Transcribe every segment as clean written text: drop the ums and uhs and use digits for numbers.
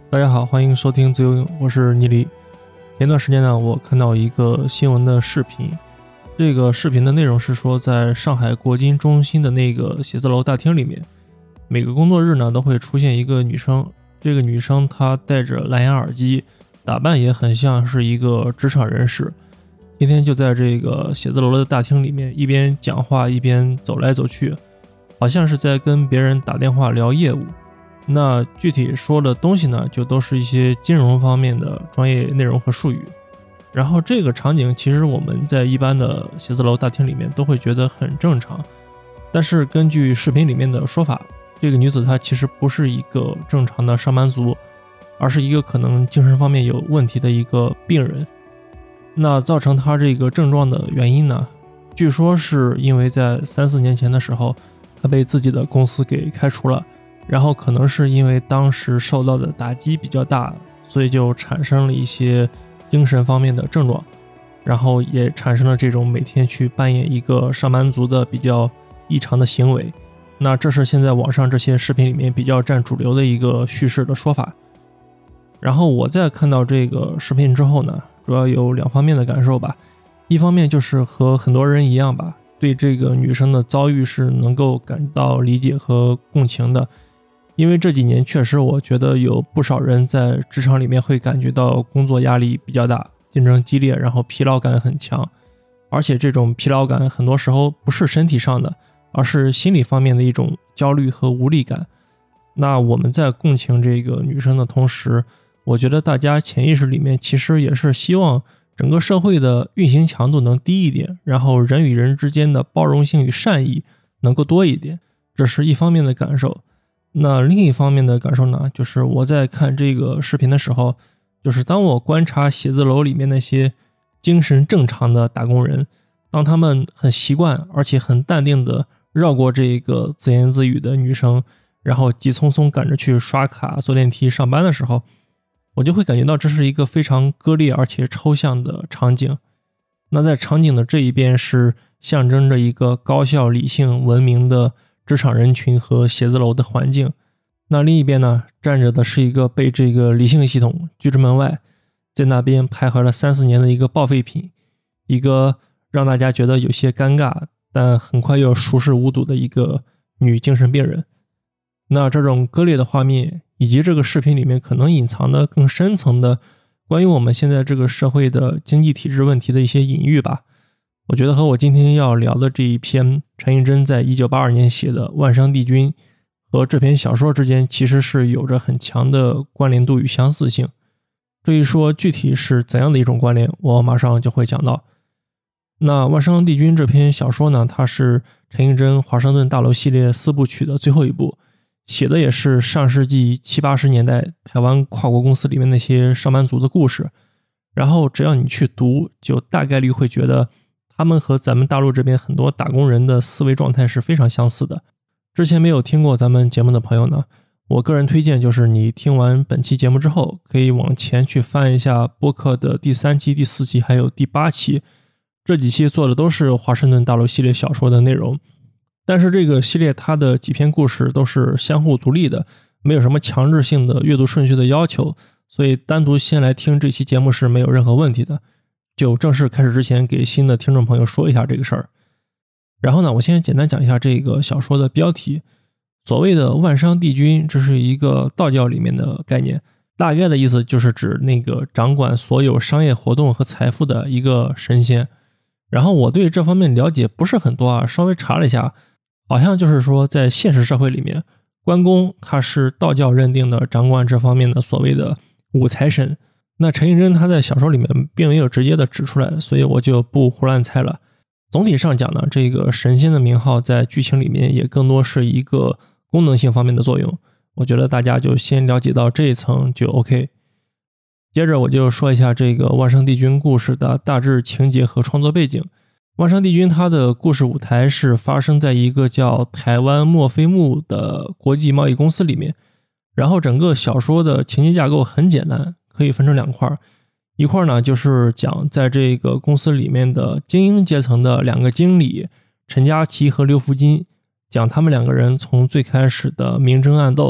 大家好，欢迎收听自由泳，我是倪黎。前段时间呢，我看到一个新闻的视频，这个视频的内容是说，在上海国金中心的那个写字楼大厅里面，每个工作日呢都会出现一个女生，这个女生她戴着蓝牙耳机，打扮也很像是一个职场人士，天天就在这个写字楼的大厅里面一边讲话一边走来走去，好像是在跟别人打电话聊业务。那具体说的东西呢，就都是一些金融方面的专业内容和术语。然后这个场景其实我们在一般的写字楼大厅里面都会觉得很正常，但是根据视频里面的说法，这个女子她其实不是一个正常的上班族，而是一个可能精神方面有问题的一个病人。那造成她这个症状的原因呢，据说是因为在3-4年前的时候，她被自己的公司给开除了，然后可能是因为当时受到的打击比较大，所以就产生了一些精神方面的症状，然后也产生了这种每天去扮演一个上班族的比较异常的行为。那这是现在网上这些视频里面比较占主流的一个叙事的说法。然后我在看到这个视频之后呢，主要有2方面的感受吧。一方面就是和很多人一样吧，对这个女生的遭遇是能够感到理解和共情的。因为这几年确实我觉得有不少人在职场里面会感觉到工作压力比较大，竞争激烈，然后疲劳感很强，而且这种疲劳感很多时候不是身体上的，而是心理方面的一种焦虑和无力感。那我们在共情这个女生的同时，我觉得大家潜意识里面其实也是希望整个社会的运行强度能低一点，然后人与人之间的包容性与善意能够多一点，这是一方面的感受。那另一方面的感受呢，就是我在看这个视频的时候，就是当我观察写字楼里面那些精神正常的打工人，当他们很习惯而且很淡定的绕过这个自言自语的女生，然后急匆匆赶着去刷卡坐电梯上班的时候，我就会感觉到这是一个非常割裂而且抽象的场景。那在场景的这一边是象征着一个高效理性文明的职场人群和写字楼的环境，那另一边呢，站着的是一个被这个理性系统拒之门外，在那边徘徊了3-4年的一个报废品，一个让大家觉得有些尴尬但很快又熟视无睹的一个女精神病人。那这种割裂的画面，以及这个视频里面可能隐藏的更深层的关于我们现在这个社会的经济体制问题的一些隐喻吧，我觉得和我今天要聊的这一篇陈映真在1982年写的《万商帝君》和这篇小说之间其实是有着很强的关联度与相似性。至于说具体是怎样的一种关联，我马上就会讲到。那《万商帝君》这篇小说呢，它是陈映真华盛顿大楼系列4部曲的最后一部，写的也是上世纪70-80年代台湾跨国公司里面那些上班族的故事。然后只要你去读，就大概率会觉得他们和咱们大陆这边很多打工人的思维状态是非常相似的。之前没有听过咱们节目的朋友呢，我个人推荐就是你听完本期节目之后，可以往前去翻一下播客的第3期、第4期还有第8期，这几期做的都是华盛顿大楼系列小说的内容。但是这个系列它的几篇故事都是相互独立的，没有什么强制性的阅读顺序的要求，所以单独先来听这期节目是没有任何问题的。就正式开始之前，给新的听众朋友说一下这个事儿。然后呢，我先简单讲一下这个小说的标题。所谓的万商帝君，这是一个道教里面的概念，大概的意思就是指那个掌管所有商业活动和财富的一个神仙。然后我对这方面了解不是很多啊，稍微查了一下，好像就是说在现实社会里面，关公他是道教认定的掌管这方面的所谓的五财神。那陈映真他在小说里面并没有直接的指出来，所以我就不胡乱猜了。总体上讲呢，这个神仙的名号在剧情里面也更多是一个功能性方面的作用，我觉得大家就先了解到这一层就 OK。 接着我就说一下这个万商帝君故事的大致情节和创作背景。万商帝君他的故事舞台是发生在一个叫台湾墨菲木的国际贸易公司里面，然后整个小说的情节架构很简单，可以分成2块。一块呢就是讲在这个公司里面的精英阶层的2个经理陈佳琪和刘福金，讲他们2个人从最开始的明争暗斗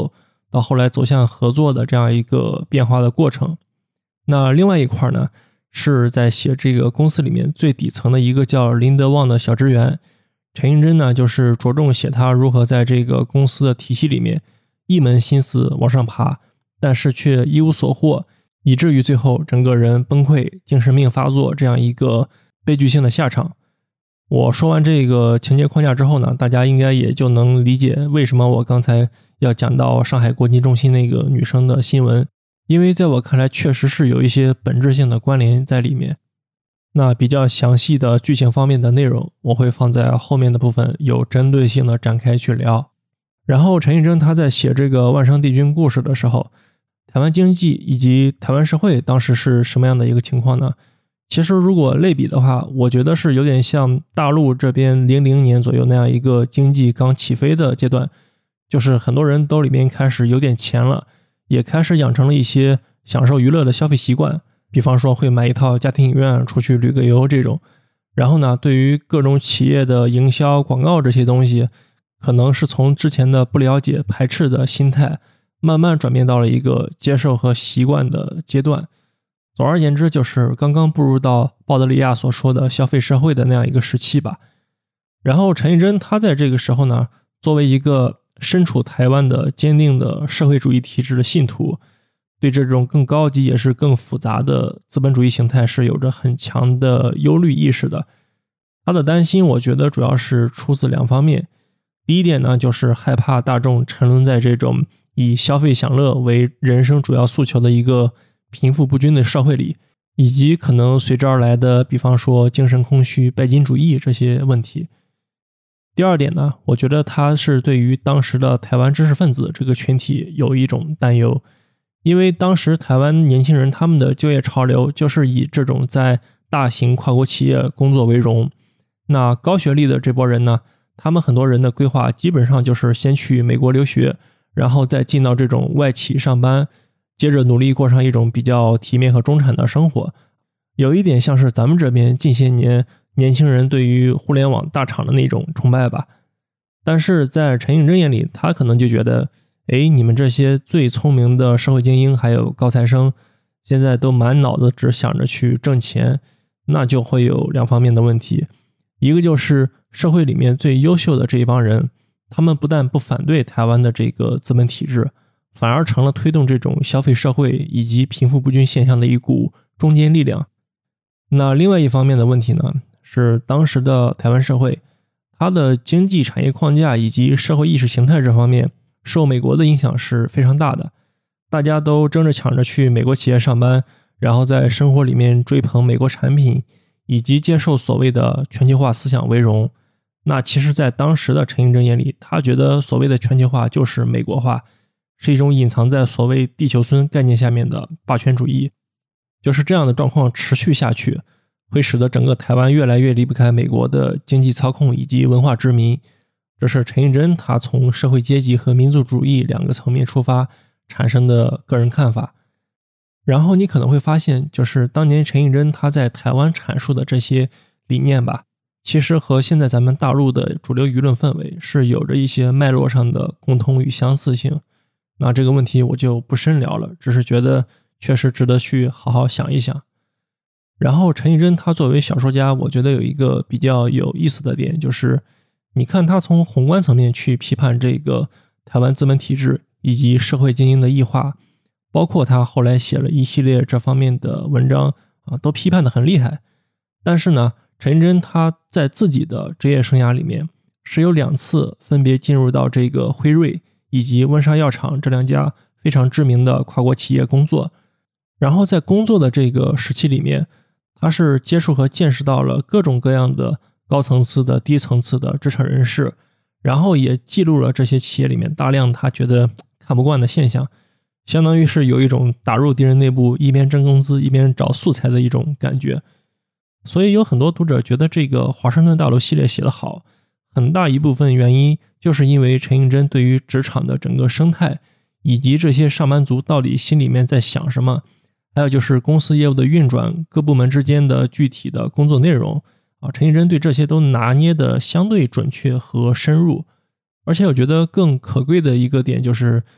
到后来走向合作的这样一个变化的过程。那另外一块呢，是在写这个公司里面最底层的一个叫林德旺的小职员。陈映真呢，就是着重写他如何在这个公司的体系里面一门心思往上爬，但是却一无所获，以至于最后整个人崩溃、精神病发作这样一个悲剧性的下场。我说完这个情节框架之后呢，大家应该也就能理解为什么我刚才要讲到上海国际中心那个女生的新闻，因为在我看来确实是有一些本质性的关联在里面。那比较详细的剧情方面的内容，我会放在后面的部分有针对性的展开去聊。然后陈映真他在写这个万商帝君故事的时候，台湾经济以及台湾社会当时是什么样的一个情况呢？其实如果类比的话，我觉得是有点像大陆这边00年左右那样一个经济刚起飞的阶段，就是很多人兜里面开始有点钱了，也开始养成了一些享受娱乐的消费习惯，比方说会买一套家庭影院，出去旅个游这种。然后呢，对于各种企业的营销广告这些东西，可能是从之前的不了解排斥的心态慢慢转变到了一个接受和习惯的阶段。总而言之，就是刚刚步入到鲍德里亚所说的消费社会的那样一个时期吧。然后陈映真他在这个时候呢，作为一个身处台湾的坚定的社会主义体制的信徒，对这种更高级也是更复杂的资本主义形态是有着很强的忧虑意识的。他的担心我觉得主要是出自两方面。第一点呢，就是害怕大众沉沦在这种以消费享乐为人生主要诉求的一个贫富不均的社会里，以及可能随之而来的比方说精神空虚、拜金主义这些问题。第二点呢，我觉得他是对于当时的台湾知识分子这个群体有一种担忧，因为当时台湾年轻人他们的就业潮流就是以这种在大型跨国企业工作为荣。那高学历的这波人呢，他们很多人的规划基本上就是先去美国留学，然后再进到这种外企上班，接着努力过上一种比较体面和中产的生活。有一点像是咱们这边近些年年轻人对于互联网大厂的那种崇拜吧。但是在陈映真眼里，他可能就觉得，你们这些最聪明的社会精英还有高材生，现在都满脑子只想着去挣钱，那就会有两方面的问题。一个就是社会里面最优秀的这一帮人，他们不但不反对台湾的这个资本体制，反而成了推动这种消费社会以及贫富不均现象的一股中坚力量。那另外一方面的问题呢，是当时的台湾社会，它的经济产业框架以及社会意识形态这方面受美国的影响是非常大的。大家都争着抢着去美国企业上班，然后在生活里面追捧美国产品，以及接受所谓的全球化思想为荣。那其实在当时的陈映真眼里，他觉得所谓的全球化就是美国化，是一种隐藏在所谓地球村概念下面的霸权主义。就是这样的状况持续下去，会使得整个台湾越来越离不开美国的经济操控以及文化殖民。这是陈映真他从社会阶级和民族主义两个层面出发产生的个人看法。然后你可能会发现，就是当年陈映真他在台湾阐述的这些理念吧，其实和现在咱们大陆的主流舆论氛围是有着一些脉络上的共通与相似性。那这个问题我就不深聊了，只是觉得确实值得去好好想一想。然后陈映真他作为小说家，我觉得有一个比较有意思的点，就是你看他从宏观层面去批判这个台湾资本体制以及社会精英的异化，包括他后来写了一系列这方面的文章都批判得很厉害。但是呢，陈映真他在自己的职业生涯里面是有2次分别进入到这个辉瑞以及温莎药厂这2家非常知名的跨国企业工作。然后在工作的这个时期里面，他是接触和见识到了各种各样的高层次的低层次的职场人士，然后也记录了这些企业里面大量他觉得看不惯的现象，相当于是有一种打入敌人内部，一边挣工资一边找素材的一种感觉。所以有很多读者觉得这个华盛顿大楼系列写得好，很大一部分原因就是因为陈映真对于职场的整个生态，以及这些上班族到底心里面在想什么，还有就是公司业务的运转，各部门之间的具体的工作内容陈映真对这些都拿捏的相对准确和深入。而且我觉得更可贵的一个点就是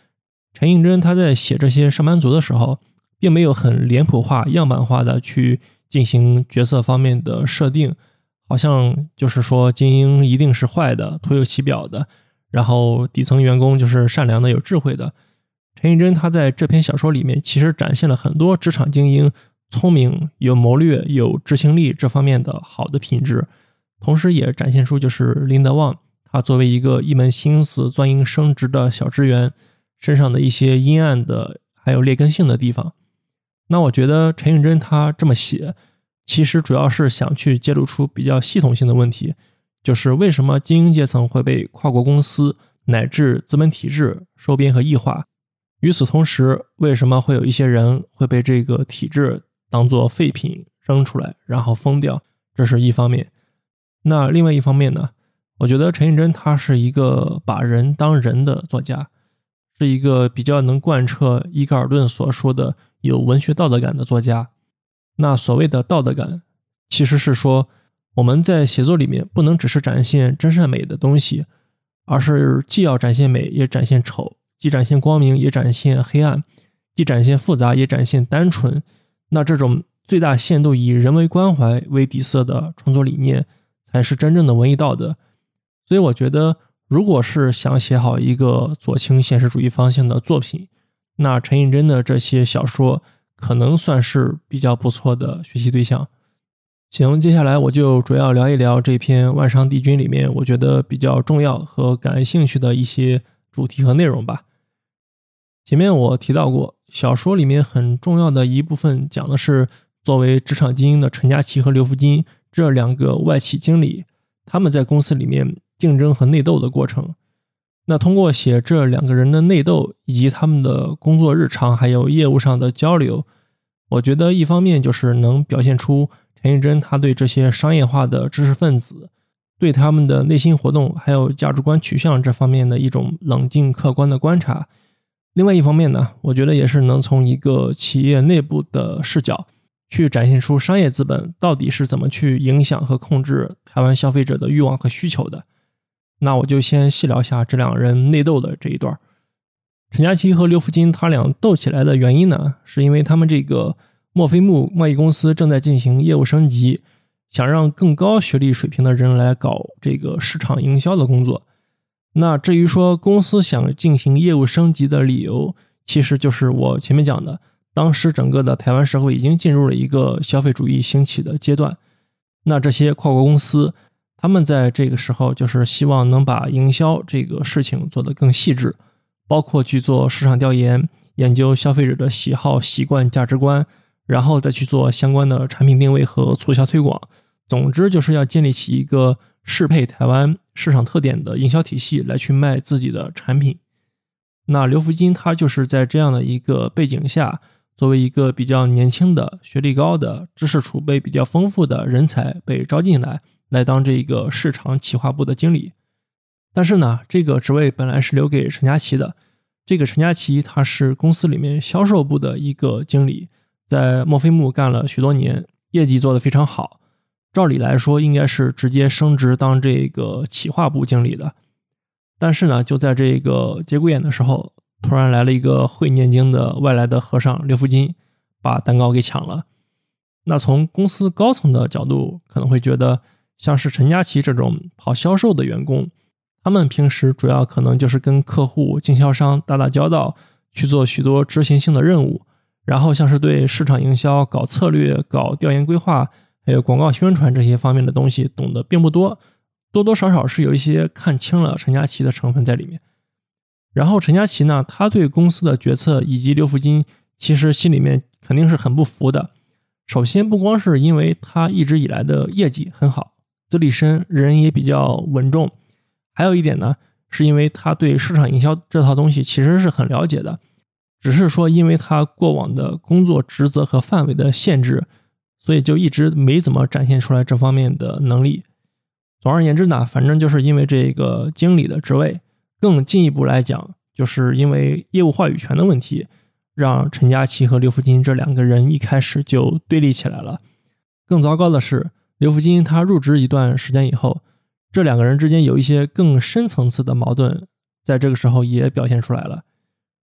陈映真他在写这些上班族的时候，并没有很脸谱化、样板化的去进行角色方面的设定，好像就是说精英一定是坏的、徒有其表的，然后底层员工就是善良的、有智慧的。陈映真他在这篇小说里面其实展现了很多职场精英聪明、有谋略、有执行力这方面的好的品质，同时也展现出就是林德旺他作为一个一门心思钻营升职的小职员身上的一些阴暗的还有劣根性的地方。那我觉得陈映真他这么写，其实主要是想去揭露出比较系统性的问题，就是为什么精英阶层会被跨国公司乃至资本体制收编和异化，与此同时，为什么会有一些人会被这个体制当作废品扔出来，然后封掉，这是一方面。那另外一方面呢，我觉得陈映真他是一个把人当人的作家，是一个比较能贯彻伊格尔顿所说的有文学道德感的作家。那所谓的道德感，其实是说我们在写作里面不能只是展现真善美的东西，而是既要展现美也展现丑，既展现光明也展现黑暗，既展现复杂也展现单纯。那这种最大限度以人为关怀为底色的创作理念才是真正的文艺道德。所以我觉得如果是想写好一个左倾现实主义方向的作品，那陈映真的这些小说可能算是比较不错的学习对象。行，接下来我就主要聊一聊这篇《万商帝君》里面我觉得比较重要和感兴趣的一些主题和内容吧。前面我提到过，小说里面很重要的一部分讲的是作为职场精英的陈嘉琪和刘福金这两个外企经理，他们在公司里面竞争和内斗的过程。那通过写这两个人的内斗以及他们的工作日常还有业务上的交流，我觉得一方面就是能表现出陈映真他对这些商业化的知识分子对他们的内心活动还有价值观取向这方面的一种冷静客观的观察。另外一方面呢，我觉得也是能从一个企业内部的视角去展现出商业资本到底是怎么去影响和控制台湾消费者的欲望和需求的。那我就先细聊一下这两人内斗的这一段。陈嘉琪和刘福金他俩斗起来的原因呢，是因为他们这个墨菲木贸易公司正在进行业务升级，想让更高学历水平的人来搞这个市场营销的工作。那至于说公司想进行业务升级的理由，其实就是我前面讲的，当时整个的台湾社会已经进入了一个消费主义兴起的阶段。那这些跨国公司他们在这个时候就是希望能把营销这个事情做得更细致，包括去做市场调研，研究消费者的喜好、习惯、价值观，然后再去做相关的产品定位和促销推广。总之就是要建立起一个适配台湾市场特点的营销体系来去卖自己的产品。那刘福金他就是在这样的一个背景下，作为一个比较年轻的、学历高的、知识储备比较丰富的人才被招进来当这个市场企划部的经理。但是呢，这个职位本来是留给陈嘉琪的。这个陈嘉琪他是公司里面销售部的一个经理，在墨菲木干了许多年，业绩做得非常好，照理来说应该是直接升职当这个企划部经理的。但是呢，就在这个节骨眼的时候，突然来了一个会念经的外来的和尚刘福金，把蛋糕给抢了。那从公司高层的角度可能会觉得，像是陈嘉琪这种跑销售的员工，他们平时主要可能就是跟客户、经销商打打交道，去做许多执行性的任务，然后像是对市场营销、搞策略、搞调研规划，还有广告宣传这些方面的东西懂得并不多，多多少少是有一些看清了陈嘉琪的成分在里面。然后陈嘉琪呢，他对公司的决策以及刘福金其实心里面肯定是很不服的。首先不光是因为他一直以来的业绩很好，资历深，人也比较稳重，还有一点呢，是因为他对市场营销这套东西其实是很了解的，只是说因为他过往的工作职责和范围的限制，所以就一直没怎么展现出来这方面的能力。总而言之呢，反正就是因为这个经理的职位，更进一步来讲，就是因为业务话语权的问题，让陈嘉琪和刘福金这两个人一开始就对立起来了。更糟糕的是，刘福金他入职一段时间以后，这两个人之间有一些更深层次的矛盾，在这个时候也表现出来了。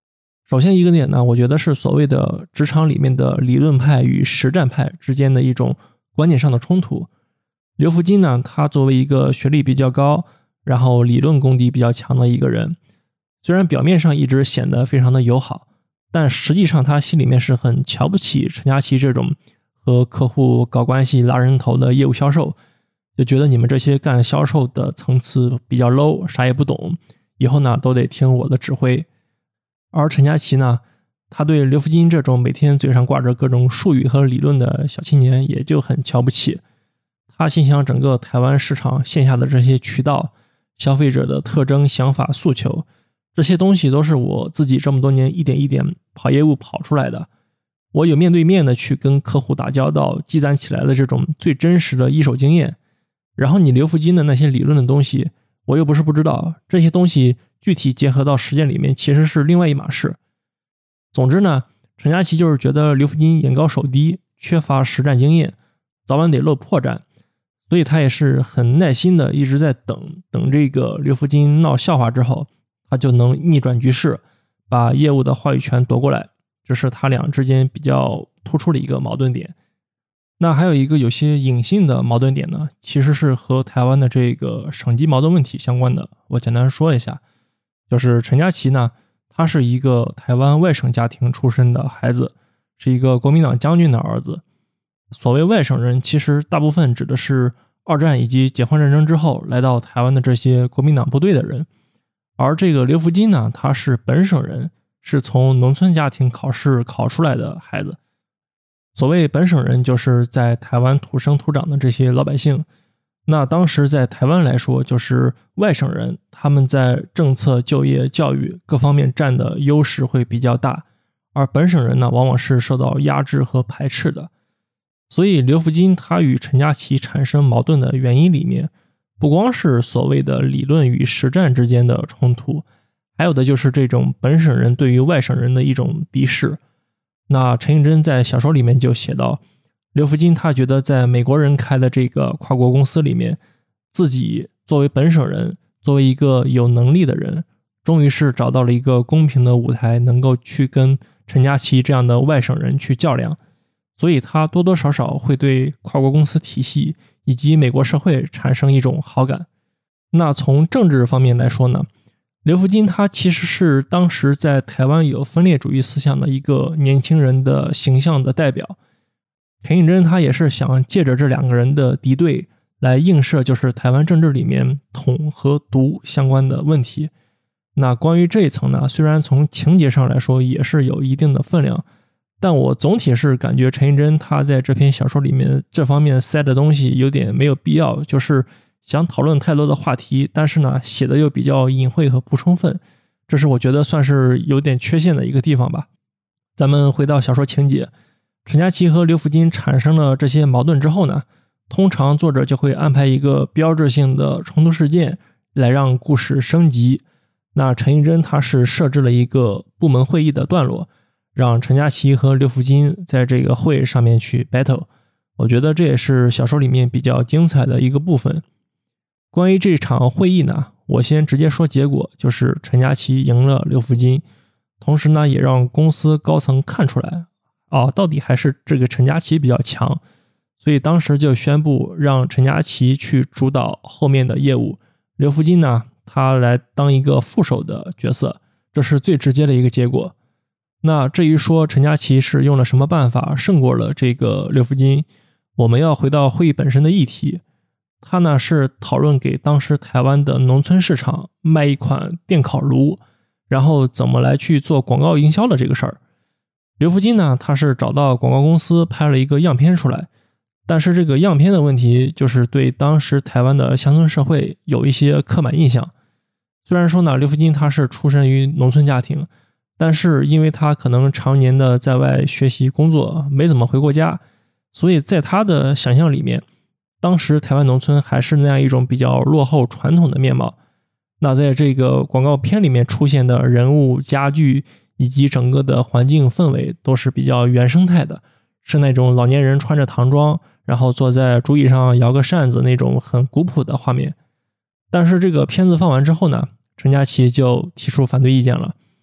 首先一个点呢，我觉得是所谓的职场里面的理论派与实战派之间的一种观念上的冲突。刘福金呢，他作为一个学历比较高，然后理论功底比较强的一个人，虽然表面上一直显得非常的友好，但实际上他心里面是很瞧不起陈佳琪这种和客户搞关系拉人头的业务销售，就觉得你们这些干销售的层次比较 low， 啥也不懂，以后呢都得听我的指挥。而陈佳琪呢，他对刘福金这种每天嘴上挂着各种术语和理论的小青年也就很瞧不起。他心想整个台湾市场线下的这些渠道、消费者的特征、想法、诉求，这些东西都是我自己这么多年一点一点跑业务跑出来的。我有面对面的去跟客户打交道，积攒起来的这种最真实的一手经验。然后你刘福金的那些理论的东西，我又不是不知道，这些东西具体结合到实践里面其实是另外一码事。总之呢，陈佳琪就是觉得刘福金眼高手低，缺乏实战经验，早晚得露破绽，所以他也是很耐心的一直在等这个刘福金闹笑话之后，他就能逆转局势，把业务的话语权夺过来。这是他俩之间比较突出的一个矛盾点。那还有一个有些隐性的矛盾点呢，其实是和台湾的这个省级矛盾问题相关的。我简单说一下，就是陈佳琪呢，他是一个台湾外省家庭出身的孩子，是一个国民党将军的儿子。所谓外省人，其实大部分指的是二战以及解放战争之后来到台湾的这些国民党部队的人。而这个刘福金呢，他是本省人，是从农村家庭考试考出来的孩子。所谓本省人，就是在台湾土生土长的这些老百姓。那当时在台湾来说，就是外省人，他们在政策、就业、教育各方面占的优势会比较大，而本省人呢，往往是受到压制和排斥的。所以刘福金他与陈佳琪产生矛盾的原因里面，不光是所谓的理论与实战之间的冲突，还有的就是这种本省人对于外省人的一种鄙视。那陈映真在小说里面就写到，刘福金他觉得在美国人开的这个跨国公司里面，自己作为本省人，作为一个有能力的人，终于是找到了一个公平的舞台，能够去跟陈佳琪这样的外省人去较量。所以他多多少少会对跨国公司体系以及美国社会产生一种好感。那从政治方面来说呢，刘福金他其实是当时在台湾有分裂主义思想的一个年轻人的形象的代表。陈映真他也是想借着这两个人的敌对来映射就是台湾政治里面统和独相关的问题。那关于这一层呢，虽然从情节上来说也是有一定的分量，但我总体是感觉陈映真他在这篇小说里面这方面塞的东西有点没有必要，就是想讨论太多的话题，但是呢写的又比较隐晦和不充分，这是我觉得算是有点缺陷的一个地方吧。咱们回到小说情节，陈佳琪和刘福金产生了这些矛盾之后呢，通常作者就会安排一个标志性的冲突事件来让故事升级。那陈映真他是设置了一个部门会议的段落，让陈佳琪和刘福金在这个会上面去 battle， 我觉得这也是小说里面比较精彩的一个部分。关于这场会议呢，我先直接说结果，就是陈佳琪赢了刘福金，同时呢也让公司高层看出来到底还是这个陈佳琪比较强，所以当时就宣布让陈佳琪去主导后面的业务，刘福金呢他来当一个副手的角色，这是最直接的一个结果。那至于说陈佳琪是用了什么办法胜过了这个刘福金，我们要回到会议本身的议题。他呢是讨论给当时台湾的农村市场卖一款电烤炉，然后怎么来去做广告营销的这个事儿。刘福金呢他是找到广告公司拍了一个样片出来，但是这个样片的问题就是对当时台湾的乡村社会有一些刻板印象。虽然说呢刘福金他是出身于农村家庭，但是因为他可能常年的在外学习工作，没怎么回过家，所以在他的想象里面，当时台湾农村还是那样一种比较落后传统的面貌。那在这个广告片里面出现的人物、家具以及整个的环境氛围都是比较原生态的，是那种老年人穿着唐装，然后坐在竹椅上摇个扇子那种很古朴的画面。但是这个片子放完之后呢，陈佳琪就提出反对意见了。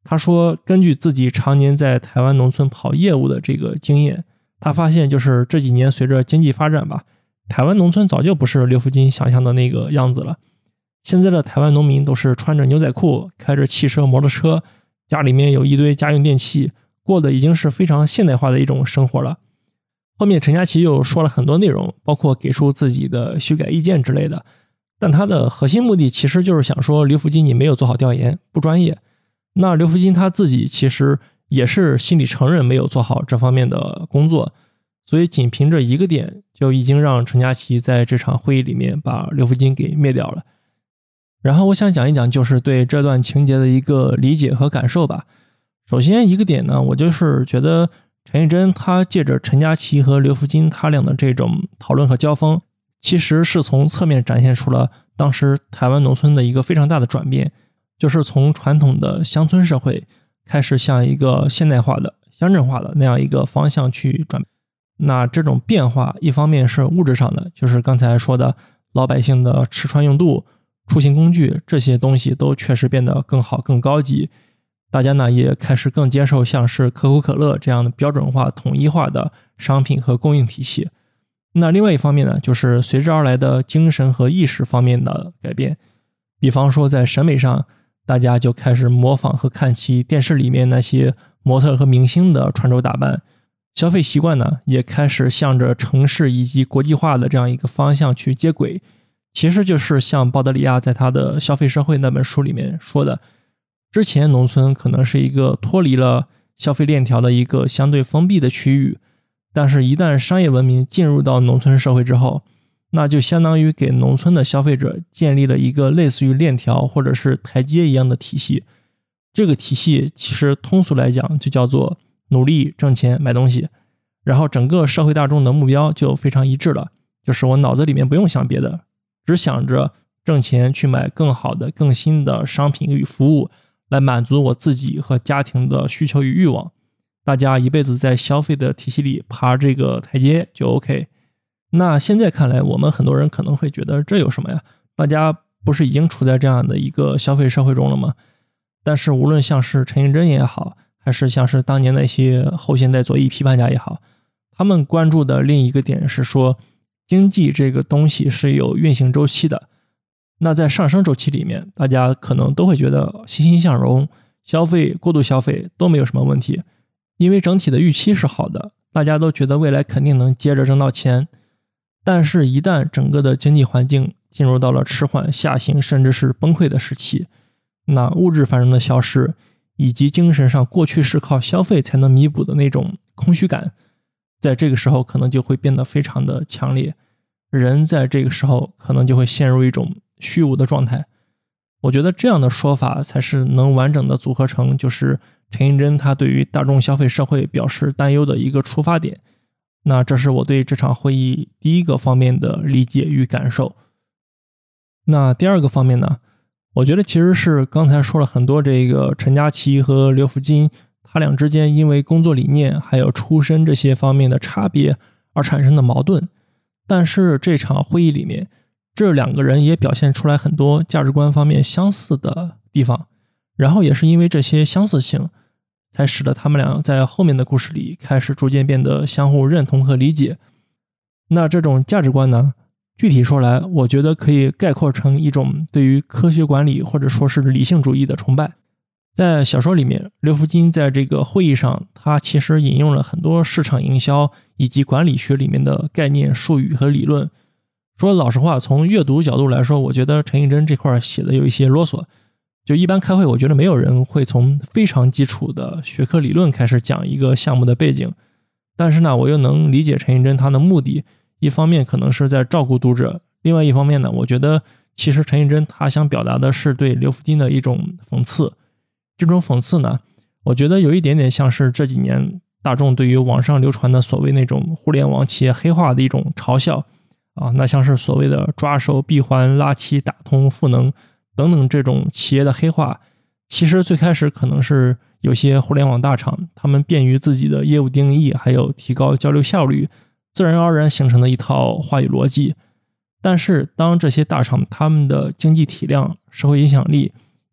他说根据自己常年在台湾农村跑业务的这个经验，他发现就是这几年随着经济发展吧，台湾农村早就不是刘福金想象的那个样子了。现在的台湾农民都是穿着牛仔裤，开着汽车摩托车，家里面有一堆家用电器，过的已经是非常现代化的一种生活了。后面陈嘉琪又说了很多内容，包括给出自己的修改意见之类的，但他的核心目的其实就是想说刘福金你没有做好调研，不专业。那刘福金他自己其实也是心里承认没有做好这方面的工作，所以仅凭着一个点就已经让陈嘉琪在这场会议里面把刘福金给灭掉了。然后我想讲一讲就是对这段情节的一个理解和感受吧。首先一个点呢，我就是觉得陈映真他借着陈嘉琪和刘福金他俩的这种讨论和交锋，其实是从侧面展现出了当时台湾农村的一个非常大的转变，就是从传统的乡村社会开始向一个现代化的乡镇化的那样一个方向去转。那这种变化一方面是物质上的，就是刚才说的老百姓的吃穿用度、出行工具这些东西都确实变得更好更高级，大家呢也开始更接受像是可口可乐这样的标准化统一化的商品和供应体系。那另外一方面呢，就是随之而来的精神和意识方面的改变，比方说在审美上，大家就开始模仿和看齐电视里面那些模特和明星的穿着打扮，消费习惯呢也开始向着城市以及国际化的这样一个方向去接轨。其实就是像鲍德里亚在他的《消费社会》那本书里面说的，之前农村可能是一个脱离了消费链条的一个相对封闭的区域，但是一旦商业文明进入到农村社会之后，那就相当于给农村的消费者建立了一个类似于链条或者是台阶一样的体系。这个体系其实通俗来讲就叫做努力挣钱买东西，然后整个社会大众的目标就非常一致了，就是我脑子里面不用想别的，只想着挣钱去买更好的更新的商品与服务，来满足我自己和家庭的需求与欲望。大家一辈子在消费的体系里爬这个台阶就 OK。 那现在看来，我们很多人可能会觉得这有什么呀，大家不是已经处在这样的一个消费社会中了吗？但是无论像是陈映真也好，还是像是当年那些后现代左翼批判家也好，他们关注的另一个点是说，经济这个东西是有运行周期的。那在上升周期里面，大家可能都会觉得欣欣向荣，消费过度消费都没有什么问题，因为整体的预期是好的，大家都觉得未来肯定能接着挣到钱。但是一旦整个的经济环境进入到了迟缓下行甚至是崩溃的时期，那物质繁荣的消失，以及精神上过去是靠消费才能弥补的那种空虚感，在这个时候可能就会变得非常的强烈，人在这个时候可能就会陷入一种虚无的状态。我觉得这样的说法才是能完整的组合成就是陈映真他对于大众消费社会表示担忧的一个出发点。那这是我对这场会议第一个方面的理解与感受。那第二个方面呢，我觉得其实是刚才说了很多这个陈嘉琪和刘福金他俩之间因为工作理念还有出身这些方面的差别而产生的矛盾，但是这场会议里面这两个人也表现出来很多价值观方面相似的地方，然后也是因为这些相似性才使得他们俩在后面的故事里开始逐渐变得相互认同和理解。那这种价值观呢，具体说来，我觉得可以概括成一种对于科学管理或者说是理性主义的崇拜。在小说里面，刘福金在这个会议上，他其实引用了很多市场营销以及管理学里面的概念、术语和理论。说老实话，从阅读角度来说，我觉得陈映真这块写的有一些啰嗦。就一般开会，我觉得没有人会从非常基础的学科理论开始讲一个项目的背景。但是呢，我又能理解陈映真他的目的，一方面可能是在照顾读者，另外一方面呢，我觉得其实陈映真他想表达的是对刘福金的一种讽刺。这种讽刺呢，我觉得有一点点像是这几年大众对于网上流传的所谓那种互联网企业黑化的一种嘲笑啊，那像是所谓的抓手闭环拉齐打通赋能等等这种企业的黑化，其实最开始可能是有些互联网大厂他们便于自己的业务定义还有提高交流效率，自然而然形成的一套话语逻辑。但是当这些大厂他们的经济体量、社会影响力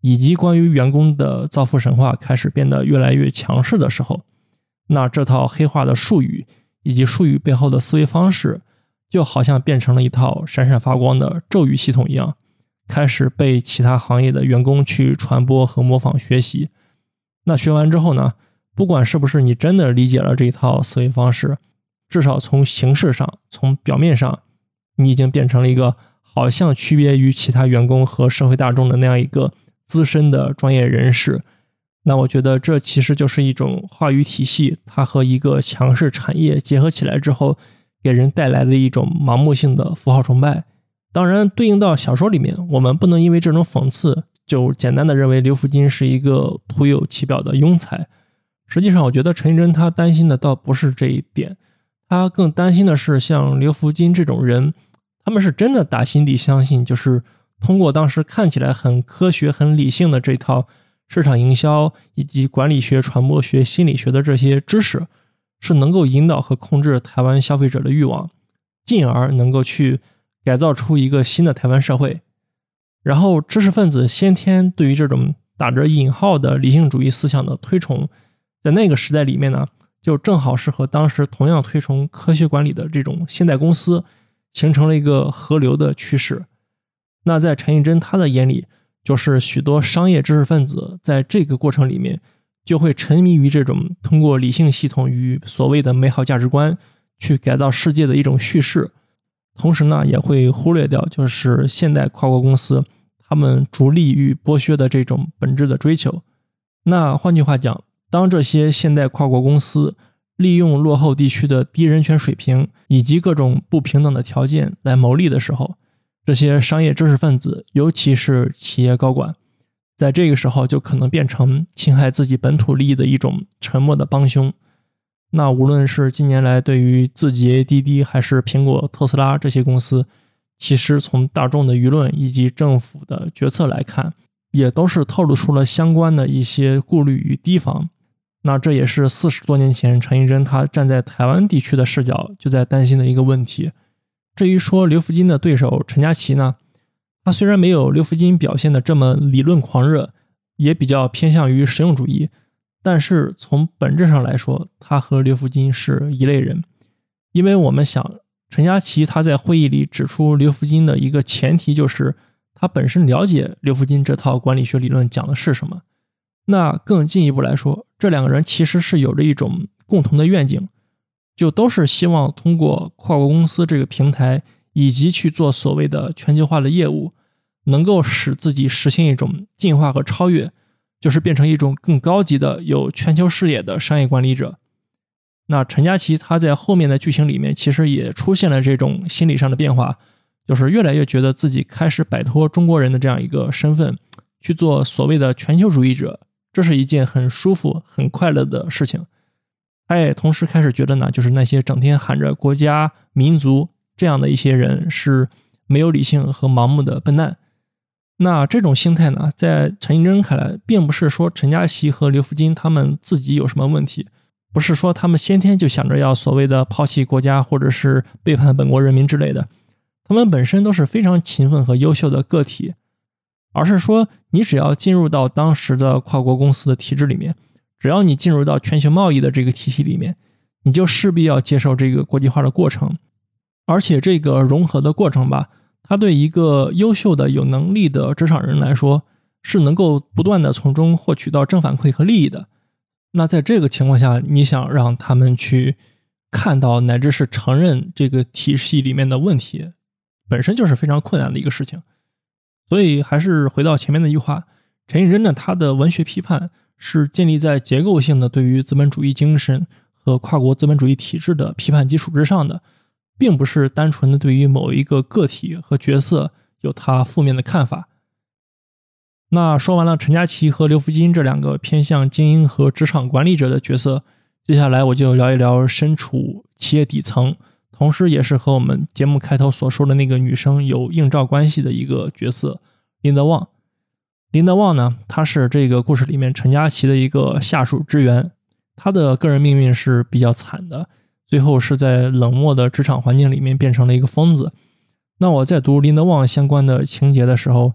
以及关于员工的造富神话开始变得越来越强势的时候，那这套黑化的术语以及术语背后的思维方式，就好像变成了一套闪闪发光的咒语系统一样，开始被其他行业的员工去传播和模仿学习。那学完之后呢，不管是不是你真的理解了这一套思维方式，至少从形式上，从表面上，你已经变成了一个好像区别于其他员工和社会大众的那样一个资深的专业人士。那我觉得这其实就是一种话语体系，它和一个强势产业结合起来之后，给人带来的一种盲目性的符号崇拜。当然，对应到小说里面，我们不能因为这种讽刺就简单的认为刘福金是一个徒有其表的庸才。实际上，我觉得陈玉珍他担心的倒不是这一点，他更担心的是像刘福金这种人，他们是真的打心底相信，就是通过当时看起来很科学、很理性的这套市场营销以及管理学、传播学、心理学的这些知识，是能够引导和控制台湾消费者的欲望，进而能够去改造出一个新的台湾社会。然后知识分子先天对于这种打着引号的理性主义思想的推崇，在那个时代里面呢，就正好是和当时同样推崇科学管理的这种现代公司形成了一个合流的趋势。那在陈玉珍他的眼里，就是许多商业知识分子在这个过程里面就会沉迷于这种通过理性系统与所谓的美好价值观去改造世界的一种叙事，同时呢也会忽略掉就是现代跨国公司他们逐利与剥削的这种本质的追求。那换句话讲，当这些现代跨国公司利用落后地区的低人权水平以及各种不平等的条件来牟利的时候，这些商业知识分子，尤其是企业高管，在这个时候就可能变成侵害自己本土利益的一种沉默的帮凶。那无论是近年来对于字节、滴滴还是苹果、特斯拉这些公司，其实从大众的舆论以及政府的决策来看，也都是透露出了相关的一些顾虑与提防。那这也是40多年前陈玉珍他站在台湾地区的视角就在担心的一个问题。至于说刘福金的对手陈家琪呢，他虽然没有刘福金表现的这么理论狂热，也比较偏向于实用主义，但是从本质上来说，他和刘福金是一类人。因为我们想，陈家琪他在会议里指出刘福金的一个前提就是他本身了解刘福金这套管理学理论讲的是什么。那更进一步来说，这两个人其实是有着一种共同的愿景，就都是希望通过跨国公司这个平台以及去做所谓的全球化的业务，能够使自己实现一种进化和超越，就是变成一种更高级的有全球视野的商业管理者。那陈家琪他在后面的剧情里面其实也出现了这种心理上的变化，就是越来越觉得自己开始摆脱中国人的这样一个身份，去做所谓的全球主义者，这是一件很舒服很快乐的事情。他也同时开始觉得呢，就是那些整天喊着国家民族这样的一些人是没有理性和盲目的笨蛋。那这种心态呢，在陈玉珍看来，并不是说陈家琪和刘福金他们自己有什么问题，不是说他们先天就想着要所谓的抛弃国家或者是背叛本国人民之类的，他们本身都是非常勤奋和优秀的个体，而是说你只要进入到当时的跨国公司的体制里面，只要你进入到全球贸易的这个体系里面，你就势必要接受这个国际化的过程。而且这个融合的过程吧，它对一个优秀的有能力的职场人来说，是能够不断的从中获取到正反馈和利益的。那在这个情况下，你想让他们去看到乃至是承认这个体系里面的问题，本身就是非常困难的一个事情。所以还是回到前面的一句话，陈玉珍呢，他的文学批判是建立在结构性的对于资本主义精神和跨国资本主义体制的批判基础之上的，并不是单纯的对于某一个个体和角色有他负面的看法。那说完了陈家琪和刘福金这两个偏向精英和职场管理者的角色，接下来我就聊一聊身处企业底层，同时也是和我们节目开头所说的那个女生有映照关系的一个角色林德旺。林德旺呢，他是这个故事里面陈家琪的一个下属职员，他的个人命运是比较惨的，最后是在冷漠的职场环境里面变成了一个疯子。那我在读林德旺相关的情节的时候，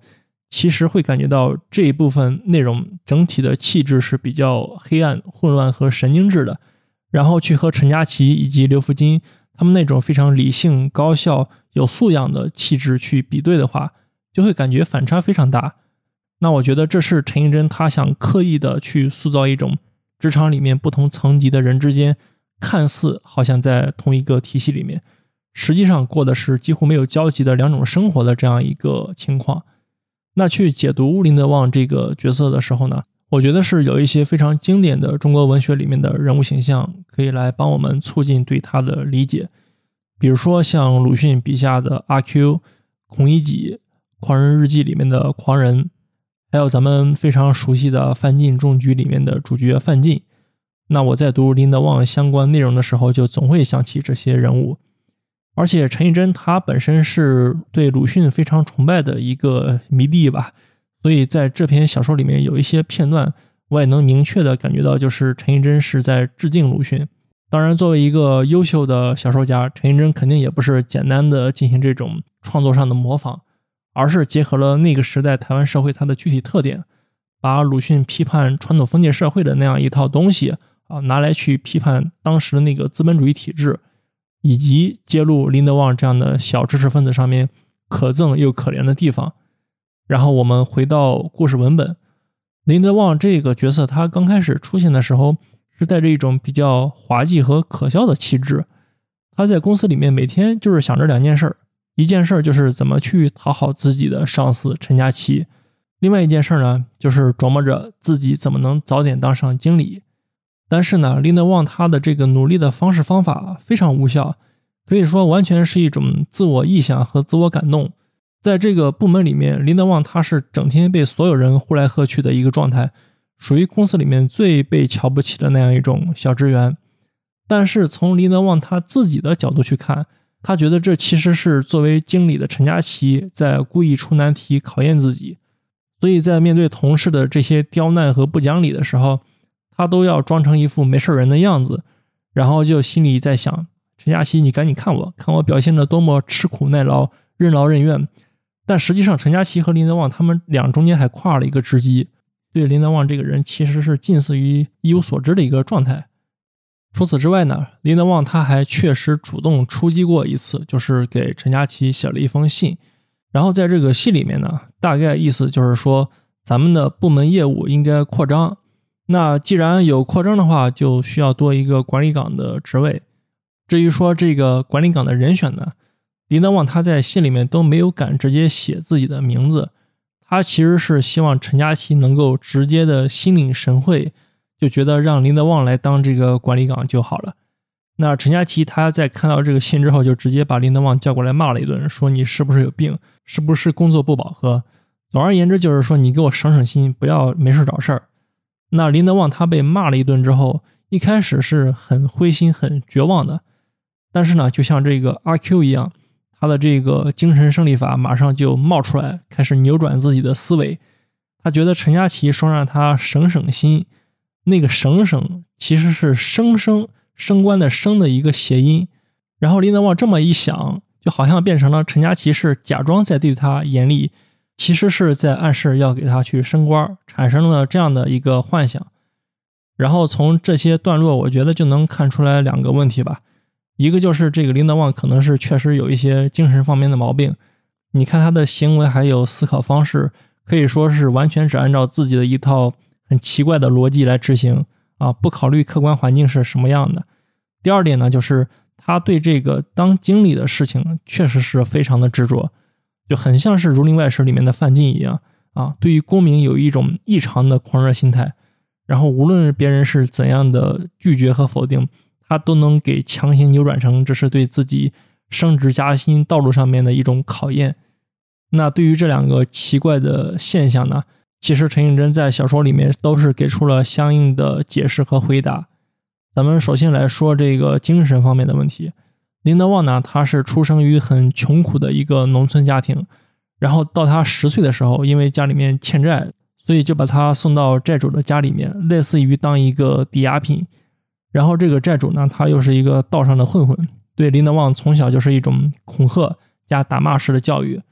其实会感觉到这一部分内容整体的气质是比较黑暗、混乱和神经质的，然后去和陈佳琪以及刘福金他们那种非常理性、高效、有素养的气质去比对的话，就会感觉反差非常大。那我觉得这是陈映真他想刻意的去塑造一种职场里面不同层级的人之间看似好像在同一个体系里面，实际上过的是几乎没有交集的两种生活的这样一个情况。那去解读林德旺这个角色的时候呢，我觉得是有一些非常经典的中国文学里面的人物形象可以来帮我们促进对他的理解。比如说像鲁迅笔下的阿 Q、孔乙己、狂人日记里面的狂人，还有咱们非常熟悉的范进中举里面的主角范进。那我在读林德旺相关内容的时候，就总会想起这些人物。而且陈映真他本身是对鲁迅非常崇拜的一个迷弟吧，所以在这篇小说里面有一些片段，我也能明确的感觉到，就是陈映真是在致敬鲁迅。当然，作为一个优秀的小说家，陈映真肯定也不是简单的进行这种创作上的模仿，而是结合了那个时代台湾社会它的具体特点，把鲁迅批判传统封建社会的那样一套东西拿来去批判当时的那个资本主义体制，以及揭露林德旺这样的小知识分子上面可憎又可怜的地方。然后我们回到故事文本，林德旺这个角色他刚开始出现的时候是带着一种比较滑稽和可笑的气质。他在公司里面每天就是想着两件事，一件事就是怎么去讨好自己的上司陈佳琪，另外一件事呢就是琢磨着自己怎么能早点当上经理。但是呢，林德旺他的这个努力的方式方法非常无效，可以说完全是一种自我臆想和自我感动。在这个部门里面，林德旺他是整天被所有人呼来喝去的一个状态，属于公司里面最被瞧不起的那样一种小职员。但是从林德旺他自己的角度去看，他觉得这其实是作为经理的陈佳琪在故意出难题考验自己，所以在面对同事的这些刁难和不讲理的时候，他都要装成一副没事人的样子，然后就心里在想，陈佳琪你赶紧看我表现得多么吃苦耐劳任劳任怨。但实际上陈佳琪和林德旺他们俩中间还跨了一个知己，对林德旺这个人其实是近似于一无所知的一个状态。除此之外呢，林德旺他还确实主动出击过一次，就是给陈佳琪写了一封信。然后在这个信里面呢，大概意思就是说咱们的部门业务应该扩张，那既然有扩张的话，就需要多一个管理岗的职位。至于说这个管理岗的人选呢，林德旺他在信里面都没有敢直接写自己的名字，他其实是希望陈佳琪能够直接的心领神会，就觉得让林德旺来当这个管理岗就好了。那陈佳琪他在看到这个信之后，就直接把林德旺叫过来骂了一顿，说你是不是有病，是不是工作不饱和，总而言之就是说你给我省省心，不要没事找事儿。那林德旺他被骂了一顿之后，一开始是很灰心很绝望的，但是呢就像这个阿 Q 一样，他的这个精神胜利法马上就冒出来，开始扭转自己的思维。他觉得陈佳琪说让他省省心，那个省省其实是升官的升的一个谐音。然后林德旺这么一想，就好像变成了陈佳琪是假装在对他严厉，其实是在暗示要给他去升官，产生了这样的一个幻想。然后从这些段落我觉得就能看出来两个问题吧。一个就是这个林德旺可能是确实有一些精神方面的毛病，你看他的行为还有思考方式，可以说是完全只按照自己的一套很奇怪的逻辑来执行不考虑客观环境是什么样的。第二点呢，就是他对这个当经理的事情确实是非常的执着，就很像是《儒林外史》里面的范进一样对于功名有一种异常的狂热心态，然后无论别人是怎样的拒绝和否定，他都能给强行扭转成这是对自己升职加薪道路上面的一种考验。那对于这两个奇怪的现象呢，其实陈映真在小说里面都是给出了相应的解释和回答。咱们首先来说这个精神方面的问题。林德旺呢，他是出生于很穷苦的一个农村家庭，然后到他10岁的时候，因为家里面欠债，所以就把他送到债主的家里面，类似于当一个抵押品。然后这个债主呢，他又是一个道上的混混，对林德旺从小就是一种恐吓加打骂式的教育，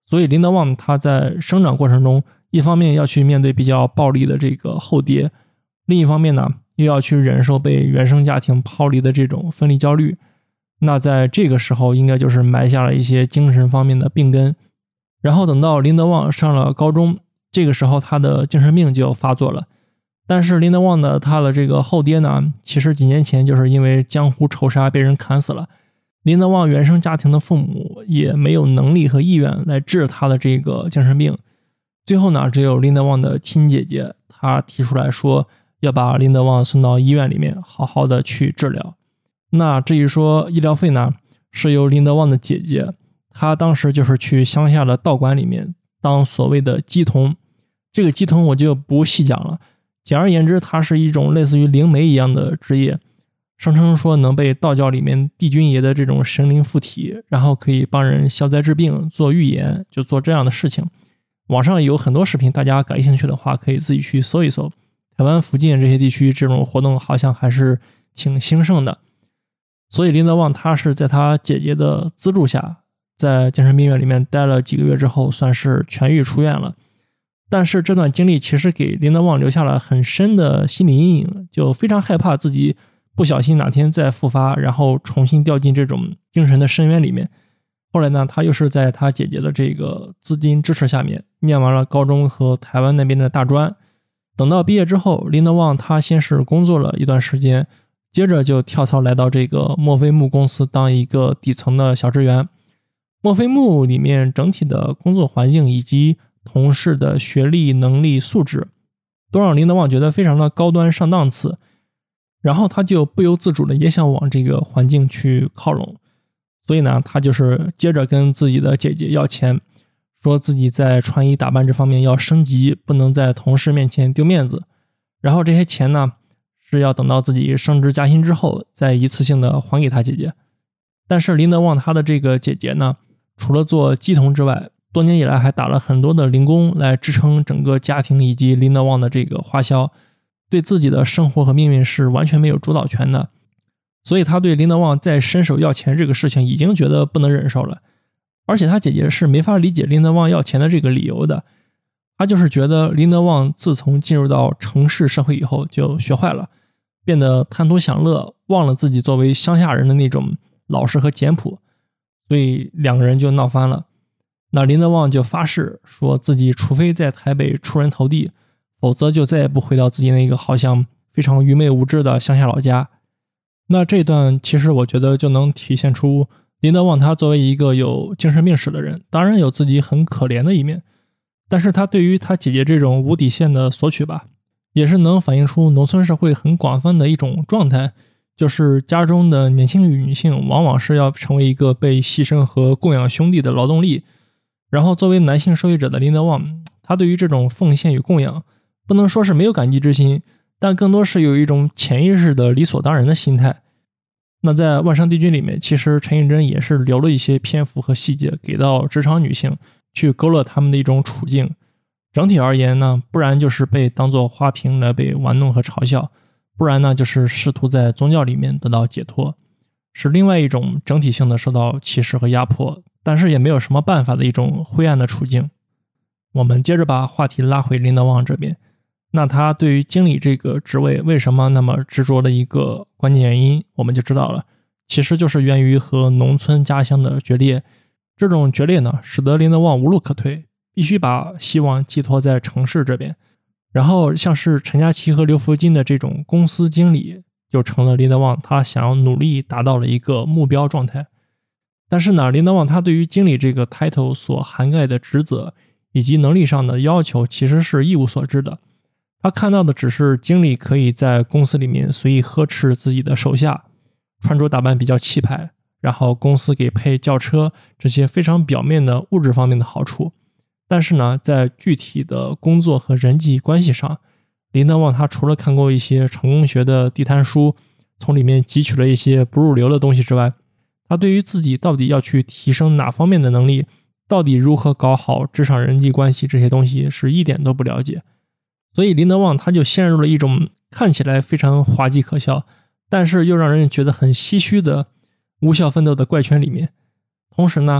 所以林德旺他在生长过程中，一方面要去面对比较暴力的这个后爹，另一方面呢，又要去忍受被原生家庭抛离的这种分离焦虑。那在这个时候应该就是埋下了一些精神方面的病根。然后等到林德旺上了高中，这个时候他的精神病就发作了。但是林德旺的他的这个后爹呢，其实几年前就是因为江湖仇杀被人砍死了。林德旺原生家庭的父母也没有能力和意愿来治他的这个精神病。最后呢，只有林德旺的亲姐姐，她提出来说要把林德旺送到医院里面好好的去治疗。那至于说医疗费呢，是由林德旺的姐姐，她当时就是去乡下的道馆里面当所谓的乩童。这个乩童我就不细讲了，简而言之，它是一种类似于灵媒一样的职业，声称说能被道教里面帝君爷的这种神灵附体，然后可以帮人消灾治病、做预言，就做这样的事情。网上有很多视频，大家感兴趣的话可以自己去搜一搜。台湾附近这些地区这种活动好像还是挺兴盛的。所以林德旺他是在他姐姐的资助下，在精神病院里面待了几个月之后，算是痊愈出院了。但是这段经历其实给林德旺留下了很深的心理阴影，就非常害怕自己不小心哪天再复发，然后重新掉进这种精神的深渊里面。后来呢，他又是在他姐姐的这个资金支持下面念完了高中和台湾那边的大专。等到毕业之后，林德旺他先是工作了一段时间，接着就跳槽来到这个墨菲木公司当一个底层的小职员。墨菲木里面整体的工作环境以及同事的学历、能力、素质都让林德旺觉得非常的高端上档次，然后他就不由自主的也想往这个环境去靠拢。所以呢，他就是接着跟自己的姐姐要钱，说自己在穿衣打扮这方面要升级，不能在同事面前丢面子。然后这些钱呢，是要等到自己升职加薪之后再一次性的还给他姐姐。但是林德旺他的这个姐姐呢，除了做乩童之外，多年以来还打了很多的零工来支撑整个家庭以及林德旺的这个花销，对自己的生活和命运是完全没有主导权的。所以他对林德旺再伸手要钱这个事情已经觉得不能忍受了。而且他姐姐是没法理解林德旺要钱的这个理由的，他就是觉得林德旺自从进入到城市社会以后就学坏了，变得贪图享乐，忘了自己作为乡下人的那种老实和简朴，所以两个人就闹翻了。那林德旺就发誓说自己除非在台北出人头地，否则就再也不回到自己那个好像非常愚昧无知的乡下老家。那这段其实我觉得就能体现出林德旺他作为一个有精神病史的人，当然有自己很可怜的一面，但是他对于他姐姐这种无底线的索取吧，也是能反映出农村社会很广泛的一种状态，就是家中的年轻女性往往是要成为一个被牺牲和供养兄弟的劳动力。然后作为男性受益者的林德旺，他对于这种奉献与供养不能说是没有感激之心，但更多是有一种潜意识的理所当然的心态。那在万商帝君里面，其实陈映真也是留了一些篇幅和细节给到职场女性，去勾勒他们的一种处境。整体而言呢，不然就是被当作花瓶来被玩弄和嘲笑，不然呢就是试图在宗教里面得到解脱，是另外一种整体性的受到歧视和压迫，但是也没有什么办法的一种灰暗的处境。我们接着把话题拉回林德旺这边，那他对于经理这个职位为什么那么执着的一个关键原因，我们就知道了，其实就是源于和农村家乡的决裂。这种决裂呢，使得林德旺无路可退，必须把希望寄托在城市这边。然后像是陈佳琪和刘福金的这种公司经理，就成了林德旺他想要努力达到了一个目标状态。但是呢，林德旺他对于经理这个 title 所涵盖的职责以及能力上的要求其实是一无所知的。他看到的只是经理可以在公司里面随意呵斥自己的手下，穿着打扮比较气派，然后公司给配轿车，这些非常表面的物质方面的好处。但是呢，在具体的工作和人际关系上，林德旺他除了看过一些成功学的地摊书，从里面汲取了一些不入流的东西之外，他对于自己到底要去提升哪方面的能力，到底如何搞好职场人际关系这些东西是一点都不了解。所以林德旺他就陷入了一种看起来非常滑稽可笑，但是又让人觉得很唏嘘的无效奋斗的怪圈里面。同时呢，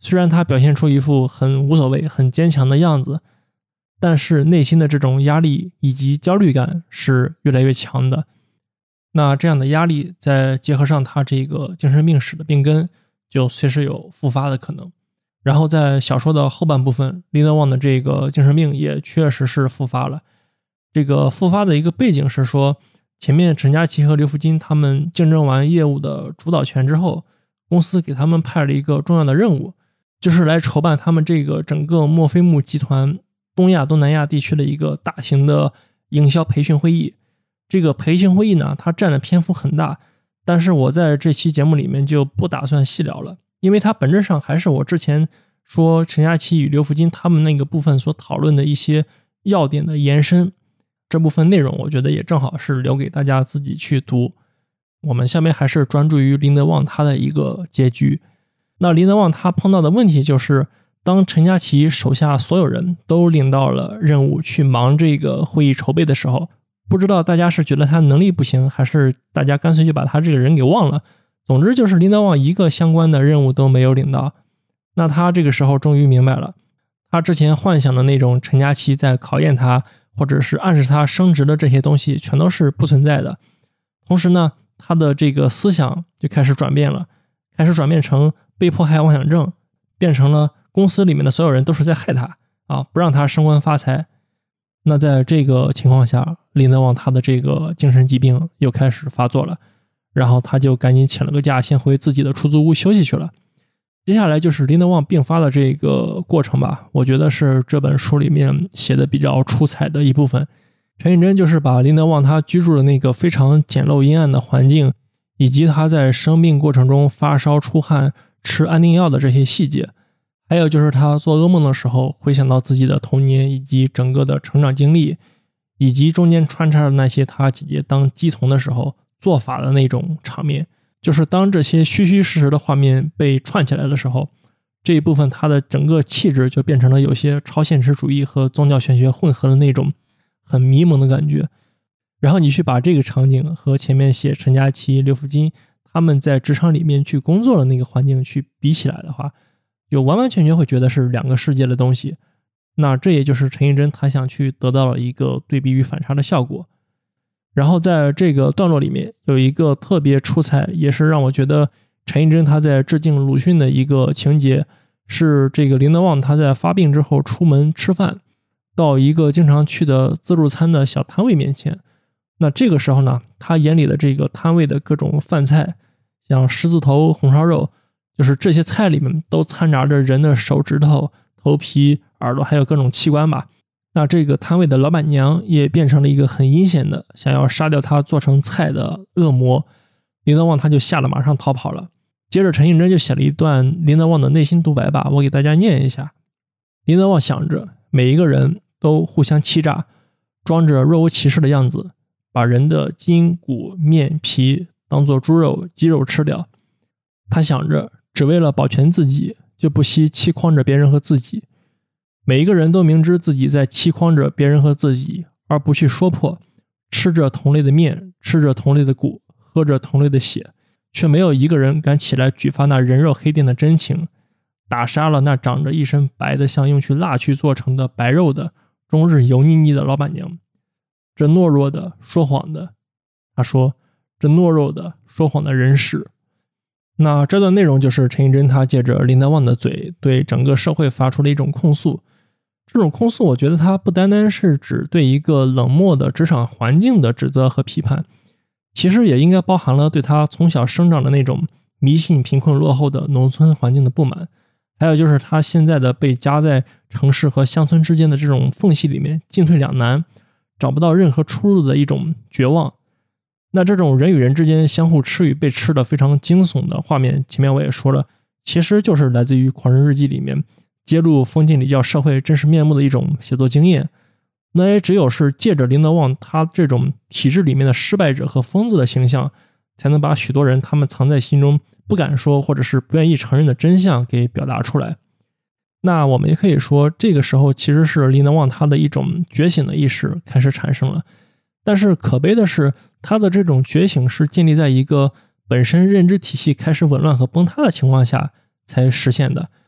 虽然他表现出一副很无所谓、很坚强的样子，但是内心的这种压力以及焦虑感是越来越强的。那这样的压力再结合上他这个精神病史的病根，就随时有复发的可能。然后在小说的后半部分，林德旺的这个精神病也确实是复发了。这个复发的一个背景是说，前面陈佳琪和刘福金他们竞争完业务的主导权之后，公司给他们派了一个重要的任务，就是来筹办他们这个整个墨菲木集团东亚东南亚地区的一个大型的营销培训会议。这个培训会议呢，它占的篇幅很大，但是我在这期节目里面就不打算细聊了，因为它本质上还是我之前说陈佳琪与刘福金他们那个部分所讨论的一些要点的延伸。这部分内容我觉得也正好是留给大家自己去读。我们下面还是专注于林德旺他的一个结局。那林德旺他碰到的问题就是，当陈佳琪手下所有人都领到了任务去忙这个会议筹备的时候，不知道大家是觉得他能力不行，还是大家干脆就把他这个人给忘了。总之就是林德旺一个相关的任务都没有领到。那他这个时候终于明白了，他之前幻想的那种陈佳琪在考验他或者是暗示他升职的这些东西全都是不存在的。同时呢，他的这个思想就开始转变了，开始转变成被迫害妄想症，变成了公司里面的所有人都是在害他啊，不让他升官发财。那在这个情况下，林德旺他的这个精神疾病又开始发作了，然后他就赶紧请了个假，先回自己的出租屋休息去了。接下来就是林德旺病发的这个过程吧，我觉得是这本书里面写的比较出彩的一部分。陈映真就是把林德旺他居住的那个非常简陋阴暗的环境，以及他在生病过程中发烧出汗、吃安定药的这些细节，还有就是他做噩梦的时候回想到自己的童年以及整个的成长经历，以及中间穿插的那些他姐姐当鸡童的时候做法的那种场面。就是当这些虚虚实实的画面被串起来的时候，这一部分它的整个气质就变成了有些超现实主义和宗教玄学混合的那种很迷蒙的感觉。然后你去把这个场景和前面写陈佳琪、刘福金他们在职场里面去工作的那个环境去比起来的话，就完完全全会觉得是两个世界的东西。那这也就是陈映真他想去得到了一个对比与反差的效果。然后在这个段落里面有一个特别出彩，也是让我觉得陈映真他在致敬鲁迅的一个情节，是这个林德旺他在发病之后出门吃饭，到一个经常去的自助餐的小摊位面前。那这个时候呢，他眼里的这个摊位的各种饭菜，像狮子头、红烧肉，就是这些菜里面都掺杂着人的手指头、头皮、耳朵还有各种器官吧。那这个摊位的老板娘也变成了一个很阴险的想要杀掉他做成菜的恶魔。林德旺他就吓得马上逃跑了。接着陈映真就写了一段林德旺的内心独白吧，我给大家念一下。林德旺想着每一个人都互相欺诈，装着若无其事的样子，把人的筋骨面皮当作猪肉鸡肉吃掉。他想着只为了保全自己，就不惜欺诓着别人和自己。每一个人都明知自己在欺诓着别人和自己，而不去说破，吃着同类的面，吃着同类的骨，喝着同类的血，却没有一个人敢起来举发那人肉黑店的真情，打杀了那长着一身白的像用去蜡去做成的白肉的终日油腻腻的老板娘。这懦弱的说谎的，他说，这懦弱的说谎的人士。那这段内容就是陈映真他借着林德旺的嘴对整个社会发出了一种控诉。这种控诉我觉得它不单单是指对一个冷漠的职场环境的指责和批判，其实也应该包含了对他从小生长的那种迷信贫困落后的农村环境的不满，还有就是他现在的被夹在城市和乡村之间的这种缝隙里面进退两难，找不到任何出路的一种绝望。那这种人与人之间相互吃与被吃的非常惊悚的画面，前面我也说了，其实就是来自于《狂人日记》里面揭露封建礼教社会真实面目的一种写作经验。那也只有是借着林德旺他这种体制里面的失败者和疯子的形象，才能把许多人他们藏在心中不敢说或者是不愿意承认的真相给表达出来。那我们也可以说，这个时候其实是林德旺他的一种觉醒的意识开始产生了。但是可悲的是，他的这种觉醒是建立在一个本身认知体系开始紊乱和崩塌的情况下才实现的。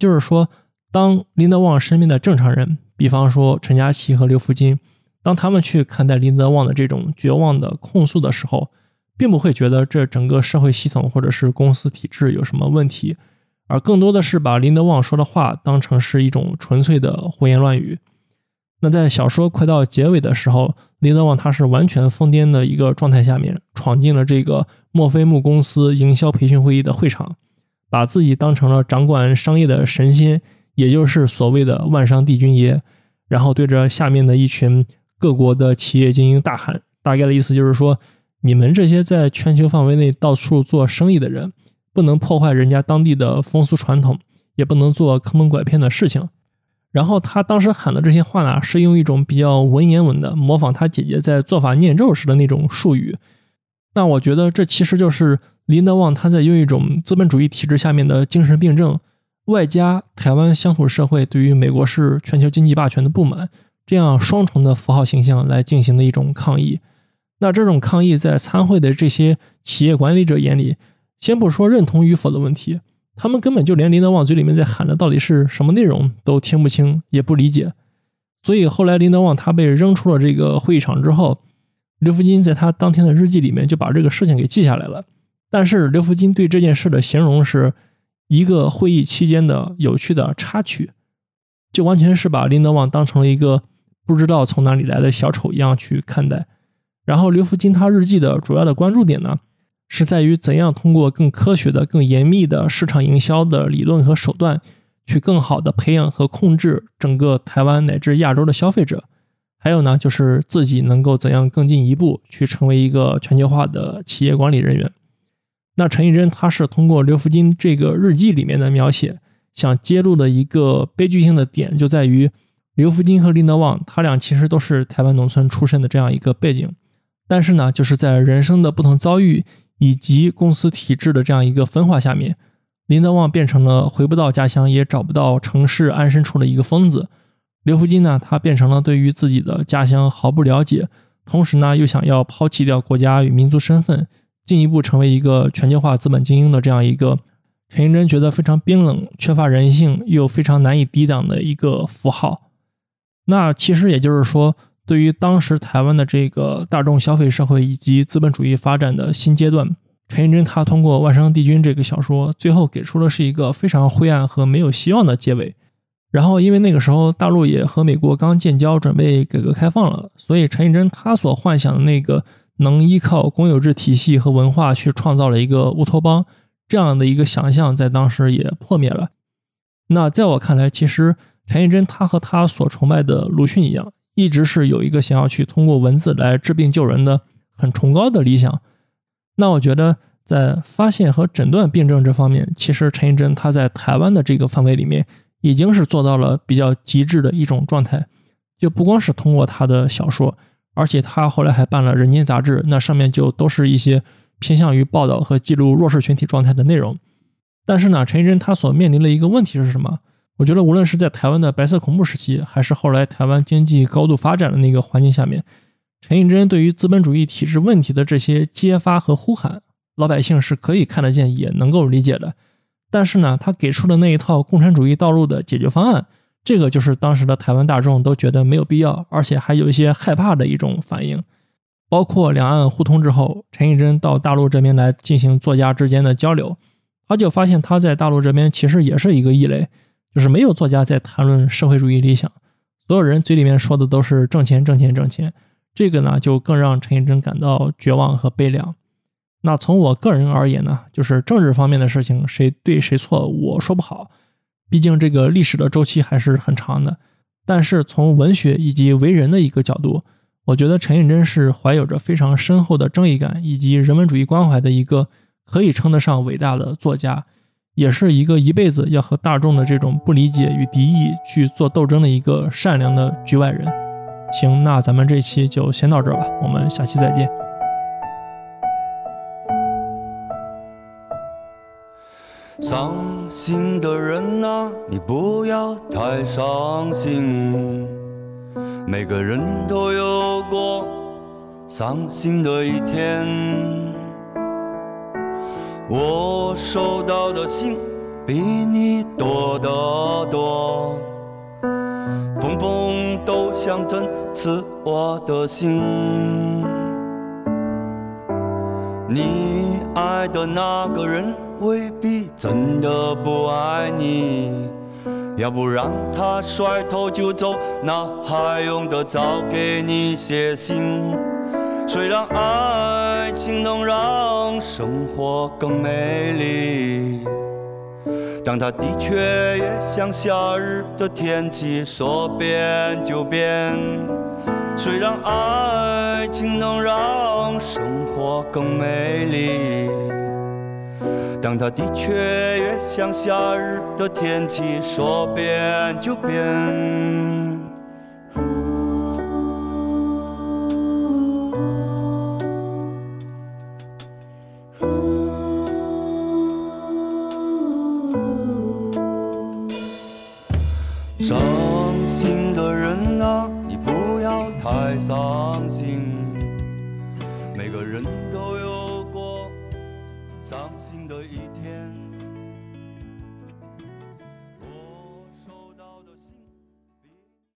就是说，当林德旺身边的正常人，比方说陈嘉琪和刘福金，当他们去看待林德旺的这种绝望的控诉的时候，并不会觉得这整个社会系统或者是公司体制有什么问题，而更多的是把林德旺说的话当成是一种纯粹的胡言乱语。那在小说快到结尾的时候，林德旺他是完全疯癫的一个状态下面，闯进了这个墨菲木公司营销培训会议的会场，把自己当成了掌管商业的神仙，也就是所谓的万商帝君爷，然后对着下面的一群各国的企业精英大喊，大概的意思就是说，你们这些在全球范围内到处做生意的人，不能破坏人家当地的风俗传统，也不能做坑蒙拐骗的事情。然后他当时喊的这些话呢，是用一种比较文言文的，模仿他姐姐在做法念咒时的那种术语。那我觉得这其实就是林德旺他在用一种资本主义体制下面的精神病症，外加台湾乡土社会对于美国式全球经济霸权的不满，这样双重的符号形象来进行的一种抗议。那这种抗议在参会的这些企业管理者眼里，先不说认同与否的问题，他们根本就连林德旺嘴里面在喊的到底是什么内容都听不清，也不理解。所以后来林德旺他被扔出了这个会议场之后，刘福金在他当天的日记里面就把这个事情给记下来了。但是刘福金对这件事的形容是一个会议期间的有趣的插曲，就完全是把林德旺当成了一个不知道从哪里来的小丑一样去看待。然后刘福金他日记的主要的关注点呢，是在于怎样通过更科学的、更严密的市场营销的理论和手段，去更好的培养和控制整个台湾乃至亚洲的消费者。还有呢，就是自己能够怎样更进一步去成为一个全球化的企业管理人员。那陈映真他是通过刘福金这个日记里面的描写，想揭露的一个悲剧性的点就在于，刘福金和林德旺他俩其实都是台湾农村出身的这样一个背景，但是呢，就是在人生的不同遭遇以及公司体制的这样一个分化下面，林德旺变成了回不到家乡也找不到城市安身处的一个疯子。刘福金呢，他变成了对于自己的家乡毫不了解，同时呢又想要抛弃掉国家与民族身份，进一步成为一个全球化资本精英的这样一个陈映真觉得非常冰冷、缺乏人性又非常难以抵挡的一个符号。那其实也就是说，对于当时台湾的这个大众消费社会以及资本主义发展的新阶段，陈映真他通过《万商帝君》这个小说，最后给出的是一个非常灰暗和没有希望的结尾。然后因为那个时候大陆也和美国刚建交，准备改革开放了，所以陈映真他所幻想的那个能依靠公有制体系和文化去创造了一个乌托邦，这样的一个想象在当时也破灭了。那在我看来，其实陈映真他和他所崇拜的鲁迅一样，一直是有一个想要去通过文字来治病救人的很崇高的理想。那我觉得在发现和诊断病症这方面，其实陈映真他在台湾的这个范围里面已经是做到了比较极致的一种状态，就不光是通过他的小说，而且他后来还办了《人间》杂志，那上面就都是一些偏向于报道和记录弱势群体状态的内容。但是呢，陈映真他所面临的一个问题是什么？我觉得无论是在台湾的白色恐怖时期，还是后来台湾经济高度发展的那个环境下面，陈映真对于资本主义体制问题的这些揭发和呼喊，老百姓是可以看得见也能够理解的。但是呢，他给出的那一套共产主义道路的解决方案，这个就是当时的台湾大众都觉得没有必要，而且还有一些害怕的一种反应。包括两岸互通之后，陈映真到大陆这边来进行作家之间的交流，他就发现他在大陆这边其实也是一个异类，就是没有作家在谈论社会主义理想，所有人嘴里面说的都是挣钱挣钱挣钱，这个呢就更让陈映真感到绝望和悲凉。那从我个人而言呢，就是政治方面的事情谁对谁错我说不好，毕竟这个历史的周期还是很长的。但是从文学以及为人的一个角度，我觉得陈映真是怀有着非常深厚的正义感以及人文主义关怀的一个可以称得上伟大的作家，也是一个一辈子要和大众的这种不理解与敌意去做斗争的一个善良的局外人。行，那咱们这期就先到这儿吧，我们下期再见。 伤心的人啊，你不要太伤心，每个人都有过伤心的一天。我收到的信比你多得多。风风都想针刺我的心，你爱的那个人未必真的不爱你，要不然他甩头就走，那还用得着给你写信？虽然爱情能让生活更美丽，但它的确也像夏日的天气，说变就变。虽然爱情能让生活更美丽，但它的确也像夏日的天气，说变就变。伤心的人啊，你不要太伤心，每个人都有过伤心的一天。